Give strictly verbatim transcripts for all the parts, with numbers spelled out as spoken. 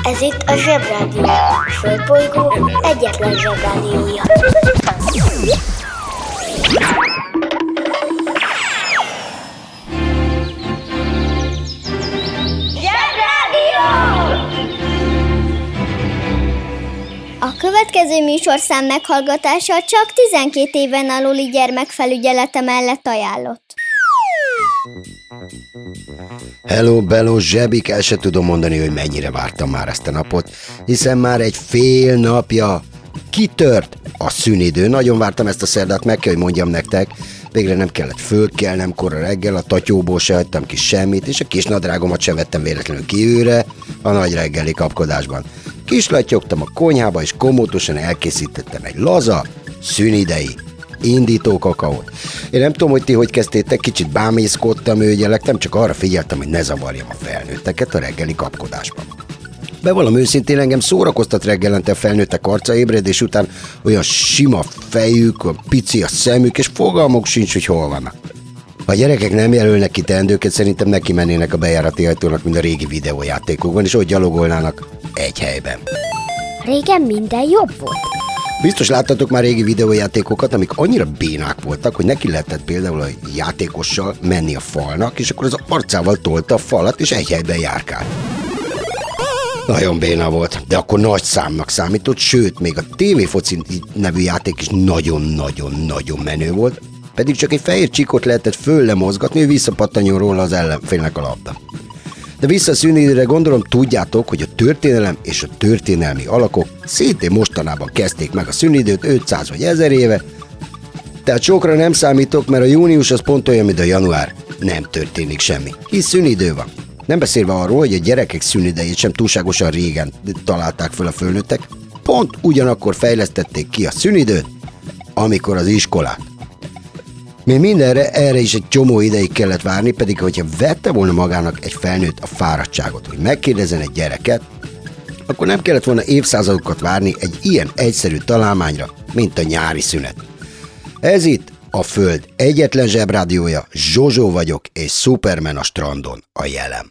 Ez itt a Zsebrádió, a Földbolygó egyetlen Zsebrádiója. Zsebrádió! A következő műsorszám meghallgatása csak tizenkét éven aluli gyermekfelügyelete mellett ajánlott. Hello, bello, zsebik, el se tudom mondani, hogy mennyire vártam már ezt a napot, hiszen már egy fél napja kitört a szünidő. Nagyon vártam ezt a szerdát, meg kell, hogy mondjam nektek. Végre nem kellett fölkelnem kora reggel, a tatyóból se hagytam ki semmit, és a kis nadrágomat se vettem véletlenül kiőre a nagy reggeli kapkodásban. Kislattyogtam a konyhába, és komótosan elkészítettem egy laza, szünidei indító kakaót. Én nem tudom, hogy ti hogy kezdtétek, kicsit bámészkodtam, őgyelektem, csak arra figyeltem, hogy ne zavarjam a felnőtteket a reggeli kapkodásban. Bevallom őszintén, engem szórakoztat reggelente a felnőttek arca, ébredés után olyan sima fejük, pici a szemük, és fogalmuk sincs, hogy hol vannak. Ha a gyerekek nem jelölnek ki teendőket, szerintem neki mennének a bejárati ajtónak, mint a régi videójátékokban, és ott gyalogolnának egy helyben. Régen minden jobb volt. Biztos láttatok már régi videójátékokat, amik annyira bénák voltak, hogy neki lehetett például a játékossal menni a falnak, és akkor az arcával tolta a falat, és egy helyben járkált. Nagyon béna volt, de akkor nagy számnak számított, sőt, még a tévéfoci nevű játék is nagyon-nagyon-nagyon menő volt, pedig csak egy fehér csíkot lehetett fölle mozgatni, hogy visszapattanjon róla az ellenfélnek a labda. De vissza a szünidőre, gondolom tudjátok, hogy a történelem és a történelmi alakok szintén mostanában kezdték meg a szünidőt ötszáz vagy ezer éve, tehát sokra nem számítok, mert a június az pont olyan, mint a január. Nem történik semmi, hisz szünidő van. Nem beszélve arról, hogy a gyerekek szünidejét sem túlságosan régen találták föl a fölnőttek, pont ugyanakkor fejlesztették ki a szünidőt, amikor az iskolát. Még mindenre, erre is egy csomó ideig kellett várni, pedig hogyha vette volna magának egy felnőtt a fáradtságot, hogy megkérdezzen egy gyereket, akkor nem kellett volna évszázadokat várni egy ilyen egyszerű találmányra, mint a nyári szünet. Ez itt a Föld egyetlen zsebrádiója, Zsozsó vagyok, és Superman a strandon a jelem.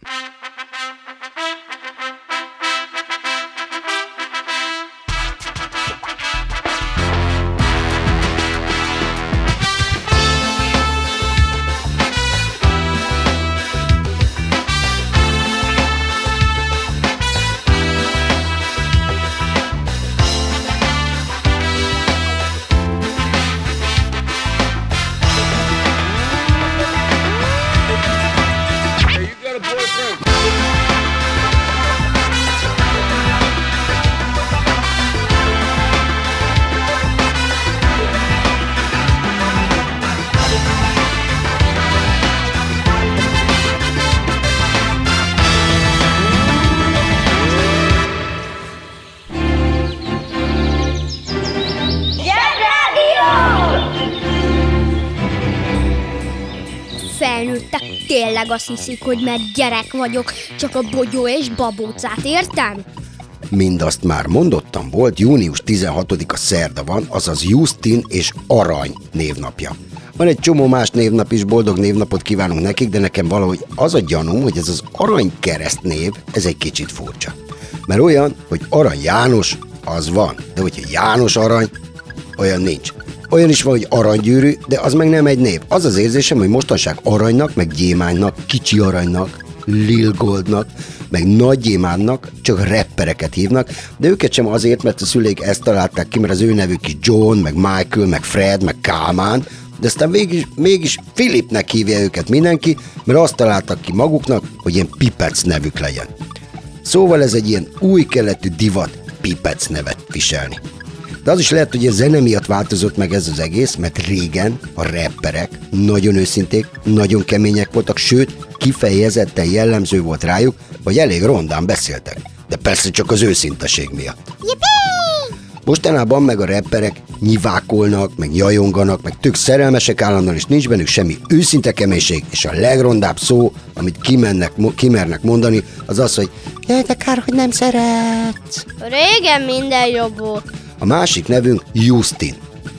Felnőttek tényleg azt hiszik, hogy mert gyerek vagyok, csak a bogyó és babócát értem? Mindazt már mondottam, volt, június tizenhatodika szerda van, azaz Justin és Arany névnapja. Van egy csomó más névnap is, boldog névnapot kívánunk nekik, de nekem valahogy az a gyanúm, hogy ez az Arany keresztnév, ez egy kicsit furcsa. Mert olyan, hogy Arany János, az van, de hogyha János Arany, olyan nincs. Olyan is van, hogy aranygyűrű, de az meg nem egy név. Az az érzésem, hogy mostanság aranynak, meg gyémánynak, kicsi aranynak, Lil Goldnak, meg nagy gyémánnak csak rappereket hívnak, de őket sem azért, mert a szüleik ezt találták ki, mert az ő nevük is John, meg Michael, meg Fred, meg Kálmán, de aztán mégis, mégis Philipnek hívja őket mindenki, mert azt találtak ki maguknak, hogy ilyen Pipec nevük legyen. Szóval ez egy ilyen új keletű divat Pipec nevet viselni. De az is lehet, hogy a zene miatt változott meg ez az egész, mert régen a rapperek nagyon őszinték, nagyon kemények voltak, sőt, kifejezetten jellemző volt rájuk, hogy elég rondán beszéltek. De persze csak az őszinteség miatt. Yippee! Mostanában meg a rapperek nyivákolnak, meg jajonganak, meg tök szerelmesek állandóan, és nincs bennük semmi őszinte keménység, és a legrondább szó, amit kimennek, kimernek mondani, az az, hogy jaj, de kár, hogy nem szeretsz. Régen minden jobb volt. A másik nevünk Justin,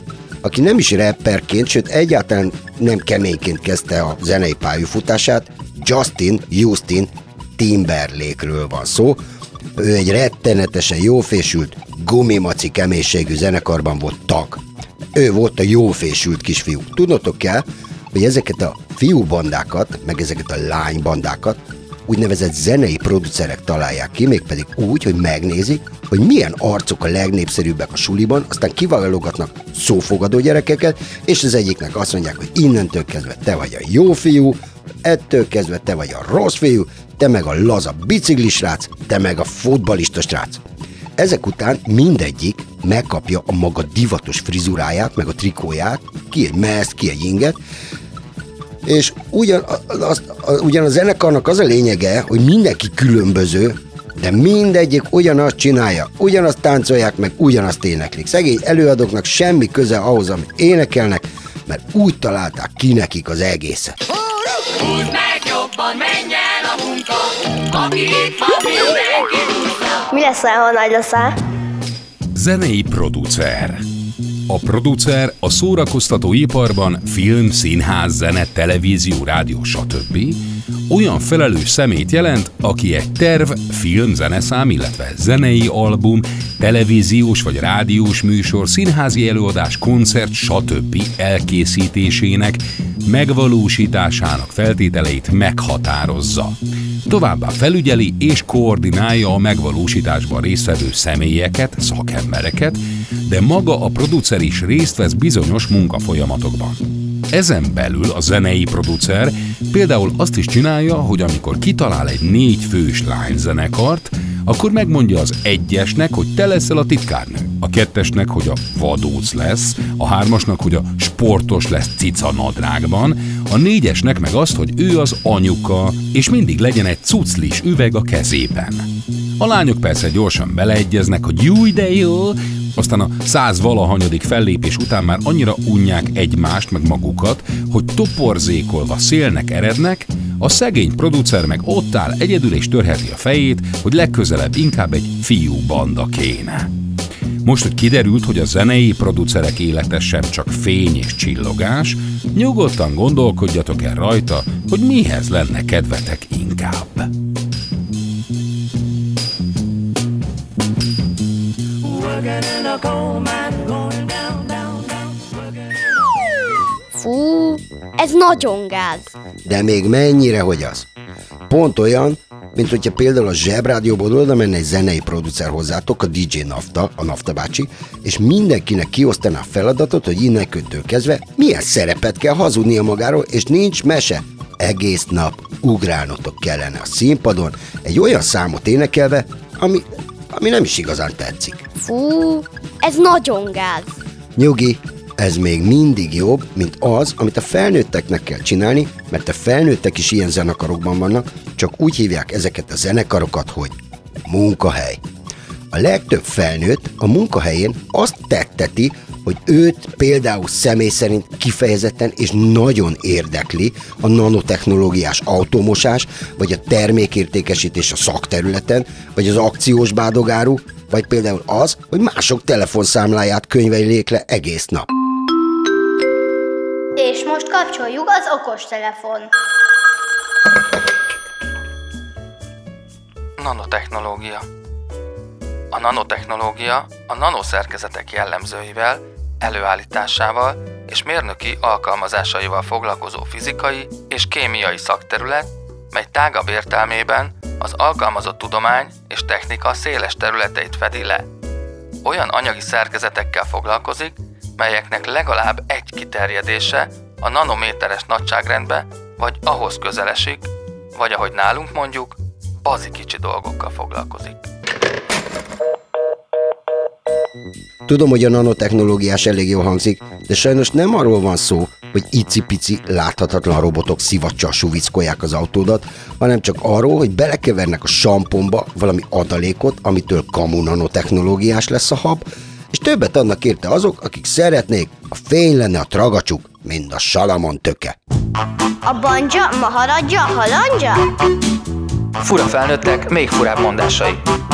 aki nem is rapperként, sőt egyáltalán nem keményként kezdte a zenei pályafutását. Justin, Justin Timberlake-ről van szó. Ő egy rettenetesen jófésült, gumimaci keménységű zenekarban volt tag. Ő volt a jófésült kisfiú. Tudnotok kell, hogy ezeket a fiúbandákat, meg ezeket a lánybandákat úgynevezett zenei producerek találják ki, mégpedig úgy, hogy megnézik, hogy milyen arcok a legnépszerűbbek a suliban, aztán kiválogatnak szófogadó gyerekeket, és az egyiknek azt mondják, hogy innentől kezdve te vagy a jó fiú, ettől kezdve te vagy a rossz fiú, te meg a laza biciklisrác, te meg a futballista srác. Ezek után mindegyik megkapja a maga divatos frizuráját, meg a trikóját, ki egy mezt, ki egy inget, és ugyan, az, ugyan a zenekarnak az a lényege, hogy mindenki különböző, de mindegyik ugyanazt csinálja, ugyanazt táncolják, meg ugyanazt éneklik. Szegény előadóknak semmi köze ahhoz, amit énekelnek, mert úgy találták ki nekik az egészet. Húzd meg jobban, menj el a munka, aki itt van, mindenki húzza. Mi leszel, ha nagy leszel? Zenei producer. A producer a szórakoztató iparban film, színház, zene, televízió, rádió, stb. Olyan felelős személyt jelent, aki egy terv, film, zeneszám, illetve zenei album, televíziós vagy rádiós műsor, színházi előadás, koncert, stb. Elkészítésének, megvalósításának feltételeit meghatározza. Továbbá felügyeli és koordinálja a megvalósításban résztvevő személyeket, szakembereket, de maga a producer is részt vesz bizonyos munkafolyamatokban. Ezen belül a zenei producer például azt is csinálja, hogy amikor kitalál egy négy fős lányzenekart, akkor megmondja az egyesnek, hogy te leszel a titkárnő, a kettesnek, hogy a vadóc lesz, a hármasnak, hogy a sportos lesz cica nadrágban, a négyesnek meg azt, hogy ő az anyuka, és mindig legyen egy cuclis üveg a kezében. A lányok persze gyorsan beleegyeznek, hogy júj, de jó, aztán a száz valahanyadik fellépés után már annyira unják egymást meg magukat, hogy toporzékolva szélnek erednek, a szegény producer meg ott áll egyedül és törheti a fejét, hogy legközelebb inkább egy fiú banda kéne. Most, hogy kiderült, hogy a zenei producerek élete sem csak fény és csillogás, nyugodtan gondolkodjatok el rajta, hogy mihez lenne kedvetek inkább. Fú, ez nagyon gáz. De még mennyire, hogy az? Pont olyan, mint hogyha például a Zsebrádióból oda menne egy zenei producer hozzátok, a dé dzsé Nafta, a Nafta bácsi, és mindenkinek kiosztaná a feladatot, hogy innentől kezdve milyen szerepet kell hazudnia magáról, és nincs mese. Egész nap ugrálnotok kellene a színpadon, egy olyan számot énekelve, ami, ami nem is igazán tetszik. Fú, ez nagyon gáz. Nyugi, ez még mindig jobb, mint az, amit a felnőtteknek kell csinálni, mert a felnőttek is ilyen zenekarokban vannak, csak úgy hívják ezeket a zenekarokat, hogy munkahely. A legtöbb felnőtt a munkahelyén azt tetteti, hogy őt például személy szerint kifejezetten és nagyon érdekli a nanotechnológiás automosás, vagy a termékértékesítés a szakterületen, vagy az akciós bádogáru, vagy például az, hogy mások telefonszámláját könyveljék le egész nap. És most kapcsoljuk az okostelefon. Nanotechnológia. A nanotechnológia a nanoszerkezetek jellemzőivel, előállításával és mérnöki alkalmazásaival foglalkozó fizikai és kémiai szakterület, mely tágabb értelmében az alkalmazott tudomány és technika széles területeit fedi le. Olyan anyagi szerkezetekkel foglalkozik, melyeknek legalább egy kiterjedése a nanométeres nagyságrendbe vagy ahhoz közel esik, vagy ahogy nálunk mondjuk, bazi kicsi dolgokkal foglalkozik. Tudom, hogy a nanotechnológiás elég jól hangzik, de sajnos nem arról van szó, hogy icipici, láthatatlan robotok szivacsal suvickolják az autódat, hanem csak arról, hogy belekevernek a samponba valami adalékot, amitől kamu nanotechnológiás lesz a hab, és többet adnak érte azok, akik szeretnék, a fény lenne a tragacsuk, mint a salamon töke. A banja, maharadja, halandja? Fura felnőttek, még furább mondásai.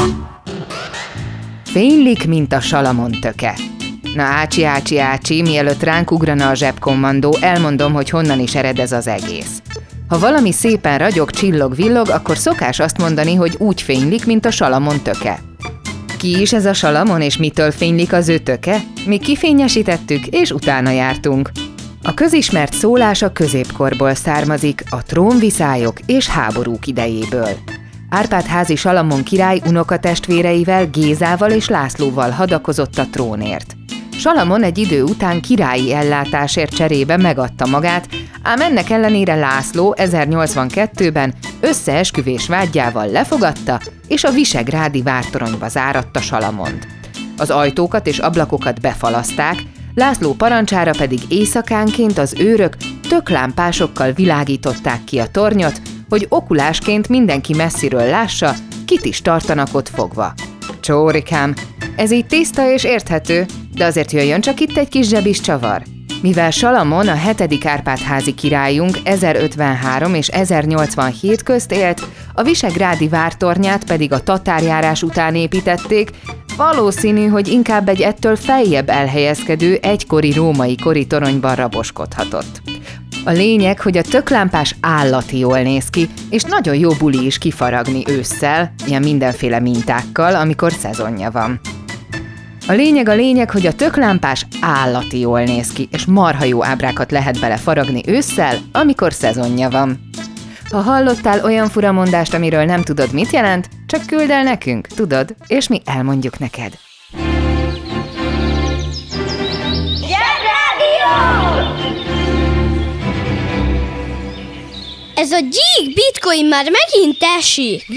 Fénylik, mint a salamon töke. Na ácsi, ácsi, ácsi, mielőtt ránk ugrana a zsebkommandó, elmondom, hogy honnan is ered ez az egész. Ha valami szépen ragyog, csillog, villog, akkor szokás azt mondani, hogy úgy fénylik, mint a salamon töke. Ki is ez a salamon, és mitől fénylik az ő töke? Mi kifényesítettük, és utána jártunk. A közismert szólás a középkorból származik, a trónviszályok és háborúk idejéből. Árpád-házi Salamon király unokatestvéreivel, Gézával és Lászlóval hadakozott a trónért. Salamon egy idő után királyi ellátásért cserébe megadta magát, ám ennek ellenére László ezernyolcvankettőben összeesküvés vádjával lefogadta, és a visegrádi vártoronyba záratta Salamont. Az ajtókat és ablakokat befalaszták, László parancsára pedig éjszakánként az őrök töklámpásokkal világították ki a tornyot, hogy okulásként mindenki messziről lássa, kit is tartanak ott fogva. Csórikám, ez így tiszta és érthető, de azért jöjjön csak itt egy kis zsebis csavar. Mivel Salamon, a hetedik Árpád-házi királyunk ezerötvenhárom és ezernyolcvanhét közt élt, a visegrádi vártornyát pedig a tatárjárás után építették, valószínű, hogy inkább egy ettől feljebb elhelyezkedő egykori római kori toronyban raboskodhatott. A lényeg, hogy a töklámpás állati jól néz ki, és nagyon jó buli is kifaragni ősszel, ilyen mindenféle mintákkal, amikor szezonja van. A lényeg a lényeg, hogy a töklámpás állati jól néz ki, és marha jó ábrákat lehet bele faragni ősszel, amikor szezonja van. Ha hallottál olyan furamondást, amiről nem tudod, mit jelent, csak küld el nekünk, tudod, és mi elmondjuk neked. Ez a gyík bitcoin már megint esik.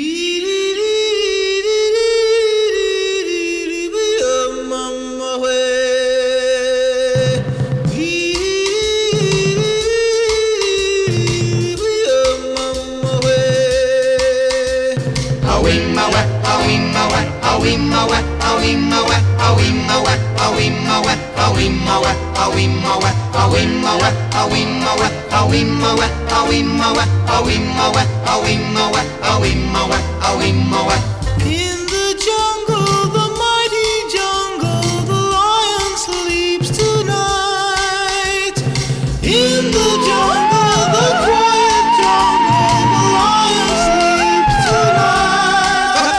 In the jungle, the mighty jungle, the lion sleeps tonight. In the jungle, the quiet jungle, the lion sleeps tonight.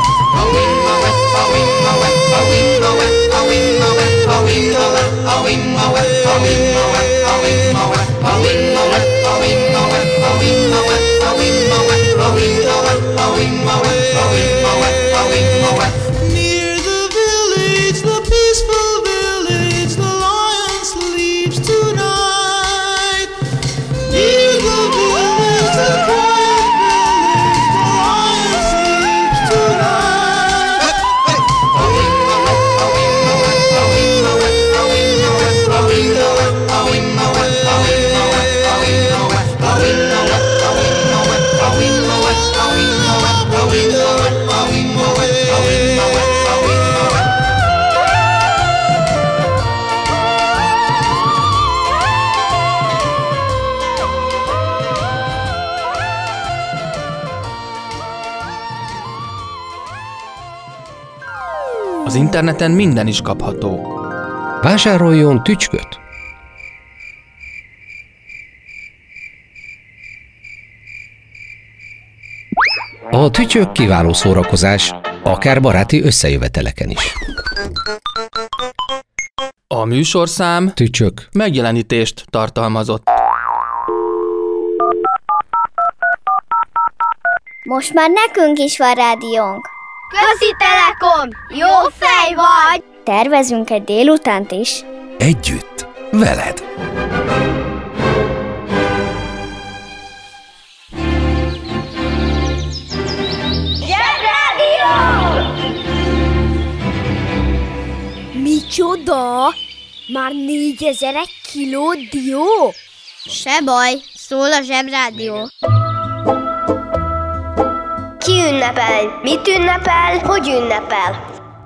Near the village, the peaceful village, the lion sleeps tonight. Near the village, the quiet village, the lion sleeps tonight. Az interneten minden is kapható. Vásároljon tücsköt! A tücsök kiváló szórakozás, akár baráti összejöveteleken is. A műsorszám Tücsök megjelenítést tartalmazott. Most már nekünk is van rádiónk. Köszi Telekom! Jó fej vagy! Tervezünk egy délutánt is. együtt, veled! Zsebrádió! Micsoda? Már négyezer egy kiló dió? Se baj, szól a Zsebrádió. Ki ünnepel? Mit ünnepel? Hogy ünnepel?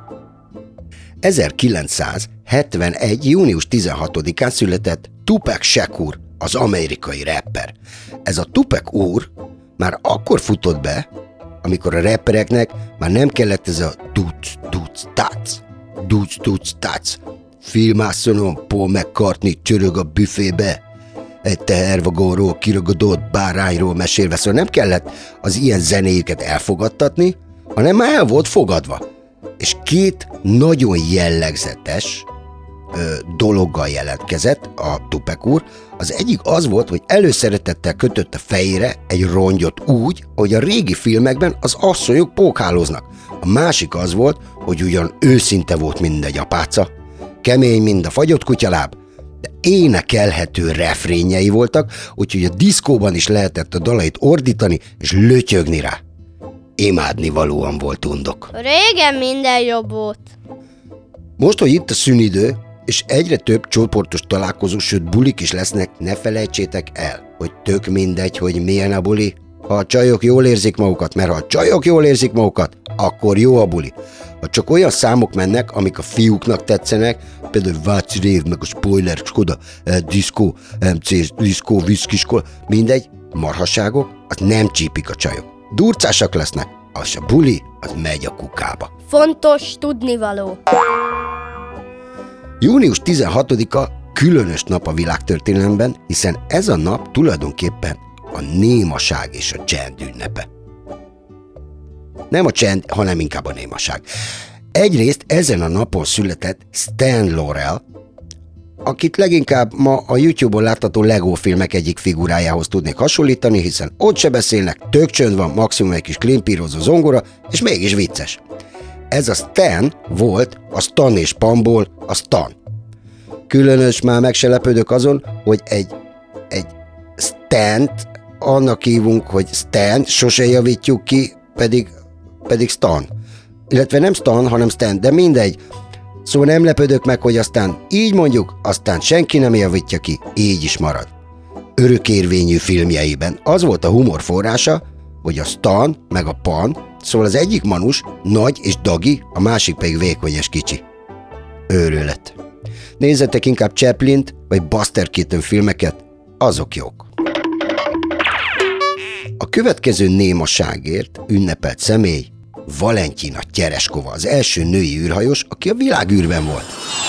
ezerkilencszázhetvenegy. június tizenhatodikán született Tupac Shakur, az amerikai rapper. Ez a Tupac úr már akkor futott be, amikor a rappereknek már nem kellett ez a duc, duc, tac, duc, duc, tac, filmászonon Paul McCartney csörög a büfébe. egy tehervagóról, kiragadott bárányról mesélve, szóval nem kellett az ilyen zenéjüket elfogadtatni, hanem már el volt fogadva. És két nagyon jellegzetes ö, dologgal jelentkezett a Tupac úr. Az egyik az volt, hogy előszeretettel kötött a fejére egy rongyot úgy, hogy a régi filmekben az asszonyok pókhálóznak. A másik az volt, hogy ugyan őszinte volt mindegy apáca, kemény, mind a fagyott kutyaláb, de énekelhető refrényei voltak, úgyhogy a diszkóban is lehetett a dalait ordítani és lötyögni rá. Imádnivalóan volt undok. Régen minden jobb volt. Most, hogy itt a szünidő, és egyre több csoportos találkozó, sőt bulik is lesznek, ne felejtsétek el, hogy tök mindegy, hogy milyen a buli. Ha a csajok jól érzik magukat, mert ha a csajok jól érzik magukat, akkor jó a buli. Ha csak olyan számok mennek, amik a fiúknak tetszenek, például Váci Rév, meg a Spoiler, Skoda, eh, Disco, em cé, Disco, Viszkiskola, mindegy, marhaságok, az nem csípik a csajok. Durcásak lesznek, az a buli, az megy a kukába. Fontos tudnivaló. június tizenhatodika különös nap a világtörténelemben, hiszen ez a nap tulajdonképpen a némaság és a csend ünnepe. Nem a csend, hanem inkább a némaság. Egyrészt ezen a napon született Stan Laurel, akit leginkább ma a YouTube-on látható Lego filmek egyik figurájához tudnék hasonlítani, hiszen ott se beszélnek, tök csönd van, maximum egy kis klimpírozó zongora, és mégis vicces. Ez a Stan volt a Stan és Panból a Stan. Különös, már meg se lepődök azon, hogy egy, egy Stant annak hívunk, hogy Stan, sose javítjuk ki, pedig, pedig Stan. Illetve nem Stan, hanem Stan, de mindegy. Szóval nem lepődök meg, hogy aztán így mondjuk, aztán senki nem javítja ki, így is marad. Örökérvényű filmjeiben az volt a humor forrása, hogy a Stan meg a Pan, szóval az egyik manus nagy és dagi, a másik pedig vékony és kicsi. Őrület. Nézzetek inkább Chaplint vagy Buster Keaton filmeket, azok jók. A következő némaságért ünnepelt személy Valentina Tereshkova, az első női űrhajós, aki a világűrben volt.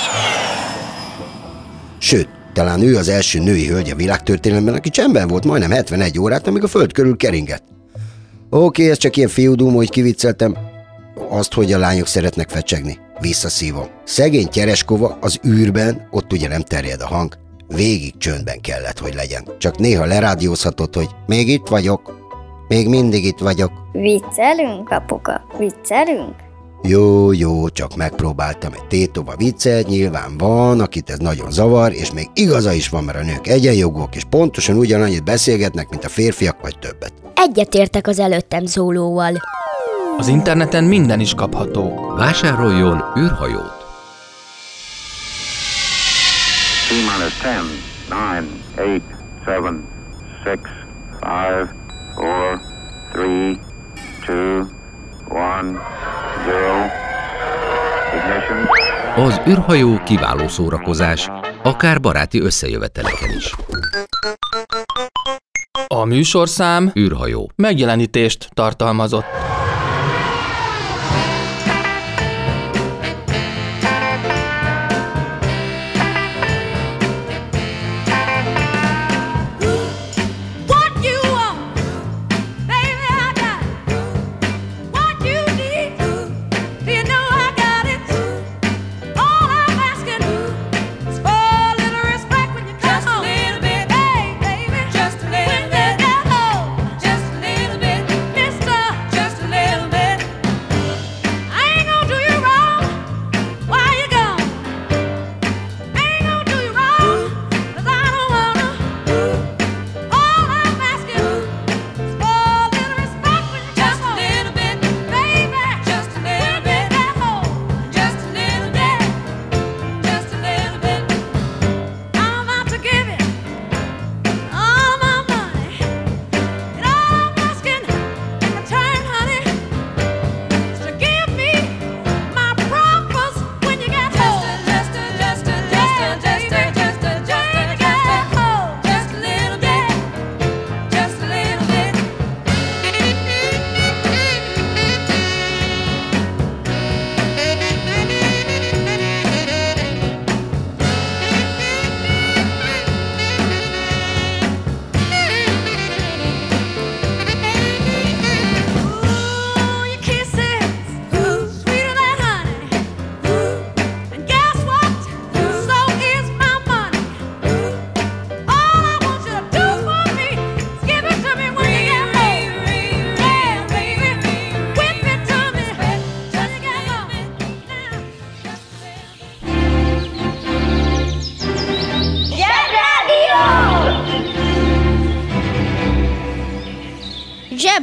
Sőt, talán ő az első női hölgy a világtörténelemben, aki csendben volt majdnem hetvenegy órát, amíg a föld körül keringett. Oké, okay, ez csak ilyen fiúdúm, hogy kivicceltem azt, hogy a lányok szeretnek fecsegni. Visszaszívom. Szegény Tereshkova az űrben, ott ugye nem terjed a hang, végig csöndben kellett, hogy legyen. Csak néha lerádiózhatott, hogy még itt vagyok, még mindig itt vagyok. Viccelünk, apuka? Viccelünk? Jó, jó, csak megpróbáltam egy tétova viccet, nyilván van, akit ez nagyon zavar, és még igaza is van, mert a nők egyenjogúak, és pontosan ugyanannyit beszélgetnek, mint a férfiak, vagy többet. Egyetértek az előttem szólóval. Az interneten minden is kapható. Vásároljon űrhajót! T-minus ten, nine, eight, seven, six, five, four, three, two, one, zero. Ignition. Az űrhajó kiváló szórakozás, akár baráti összejöveteleken is. A műsorszám űrhajó megjelenítést tartalmazott. Just a little bit,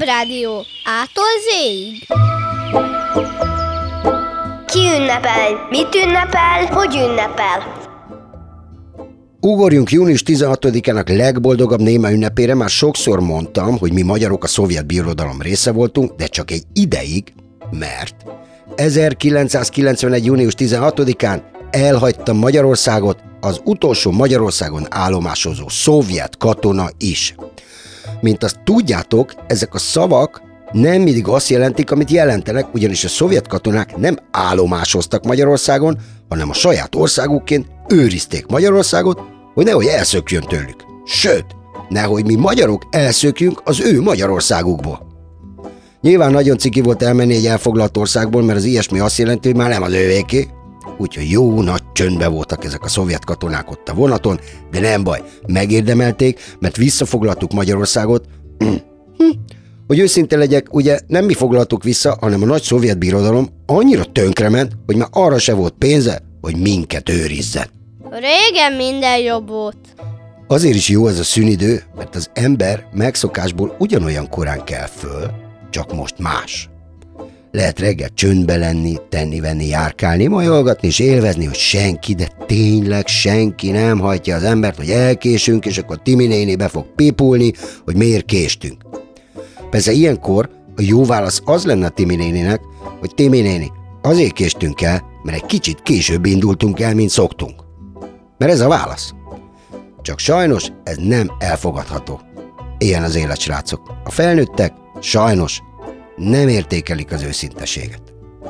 Zsebrádió A-tól Z-ig. Ki ünnepel? Mit ünnepel? Hogy ünnepel? Ugorjunk június tizenhatodikának legboldogabb néma ünnepére. Már sokszor mondtam, hogy mi magyarok a szovjet birodalom része voltunk, de csak egy ideig, mert ezerkilencszázkilencvenegy. június tizenhatodikán elhagyta Magyarországot az utolsó Magyarországon állomásozó szovjet katona is. Mint azt tudjátok, ezek a szavak nem mindig azt jelentik, amit jelentenek, ugyanis a szovjet katonák nem állomásoztak Magyarországon, hanem a saját országukként őrizték Magyarországot, hogy nehogy elszökjön tőlük. Sőt, nehogy mi magyarok elszökjünk az ő Magyarországukból. Nyilván nagyon ciki volt elmenni egy elfoglalt országból, mert az ilyesmi azt jelenti, hogy már nem az övéké, úgyhogy jó nagy csöndbe voltak ezek a szovjet katonák ott a vonaton, de nem baj, megérdemelték, mert visszafoglaltuk Magyarországot. Hogy őszinte legyek, ugye nem mi foglaltuk vissza, hanem a nagy szovjet birodalom annyira tönkrement, hogy már arra se volt pénze, hogy minket őrizzen. Régen minden jobb volt. Azért is jó ez a szünidő, mert az ember megszokásból ugyanolyan korán kell föl, csak most más. Lehet reggel csöndbe lenni, tenni-venni, járkálni, majolgatni és élvezni, hogy senki, de tényleg senki nem hajtja az embert, hogy elkésünk, és akkor Timi néni be fog pipulni, hogy miért késtünk. Persze ilyenkor a jó válasz az lenne a Timi néninek, hogy Timi néni, azért késtünk el, mert egy kicsit később indultunk el, mint szoktunk. Mert ez a válasz. Csak sajnos ez nem elfogadható. Ilyen az élet, srácok. A felnőttek sajnos nem értékelik az őszinteséget.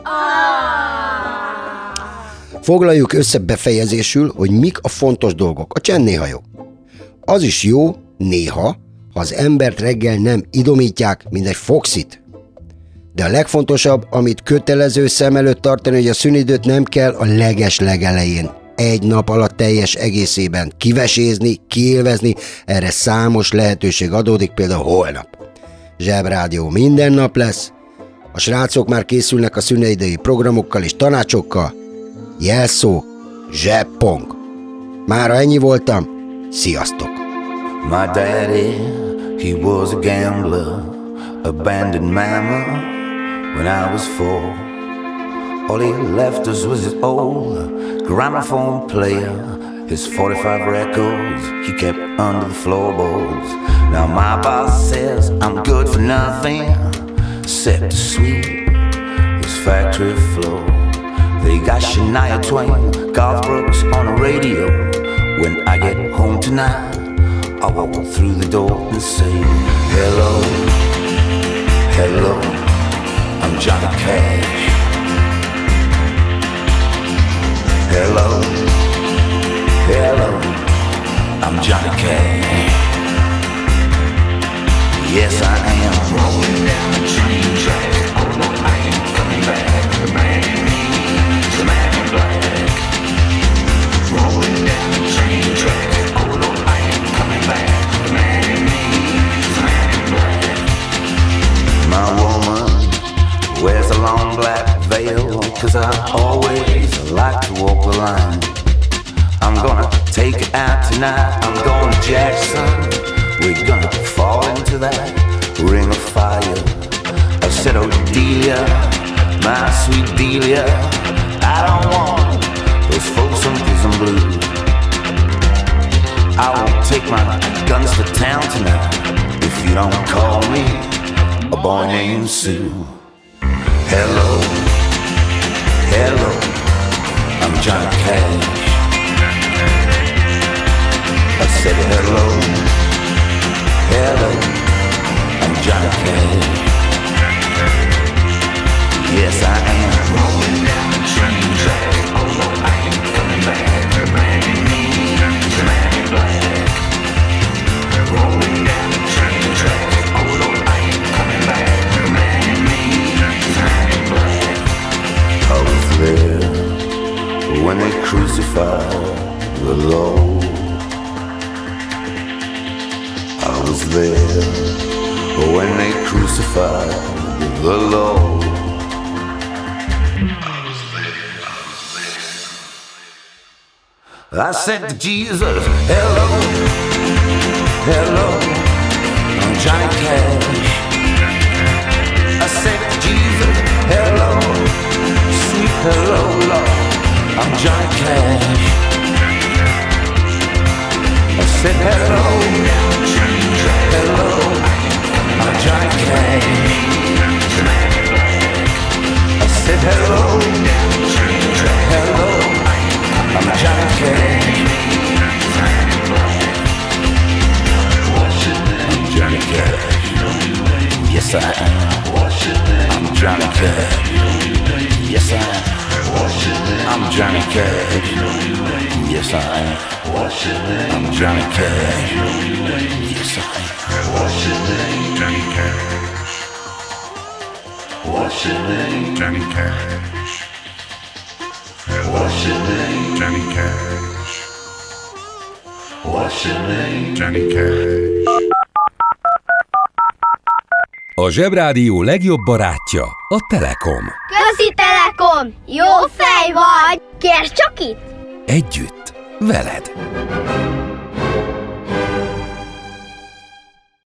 Foglaljuk össze befejezésül, hogy mik a fontos dolgok. A csend néha jó. Az is jó néha, ha az embert reggel nem idomítják, mint egy foxit. De a legfontosabb, amit kötelező szem előtt tartani, hogy a szünidőt nem kell a leges legelején, egy nap alatt teljes egészében kivesézni, kiélvezni, erre számos lehetőség adódik, például holnap. Zsebrádió minden nap lesz, a srácok már készülnek a szünidei programokkal és tanácsokkal. Jelszó, zsebpong. Mára ennyi voltam, sziasztok! My daddy, he was a gambler, abandoned mama when I was four. All he left us was his old gramophone player, his forty-five records he kept under the floorboards. Now my boss says I'm good for nothing except to sweep his factory floor. They got Shania Twain, Garth Brooks on the radio. When I get home tonight, I walk through the door and say, hello, hello, I'm Johnny Cash. Hello, hello, I'm Johnny Cash. Yes, I am. Rolling down the train track. Oh no, I ain't coming back. The man in me is the man in black. Rolling down the train track. Oh no, I ain't coming back. The man in me is the man in black. My woman wears a long black veil, 'cause I always like to walk the line. I'm gonna take it out tonight. I'm going to Jackson. We're gonna fall into that ring of fire. I said, oh Delia, my sweet Delia, I don't want those folks on prison blues. I won't take my guns to town tonight if you don't call me a boy named Sue. Hello, hello, I'm Johnny Cash. I said hello, hello, I'm Johnny Cash. Yes, I am. Rolling down the train track. Oh no, I ain't coming back. The man in me is the man in black. Rolling down the train track. Oh no, I ain't coming back. The man in me is the man in black. I was there when they crucified the Lord. I was there when they crucified the Lord. I was there, I was there. I said to Jesus, hello, hello, I'm Johnny Cash. Cash. Yes, I am. I'm Johnny Cash. Yes, I am. I'm Johnny Cash. Yes, I am. What's your name? Johnny Cash. What's your name? Johnny Cash. What's your name? Johnny Cash. What's your name? Johnny Cash. A Zsebrádió legjobb barátja a Telekom. Közi Telekom! Jó fej vagy! Kérd csak itt! Együtt, veled.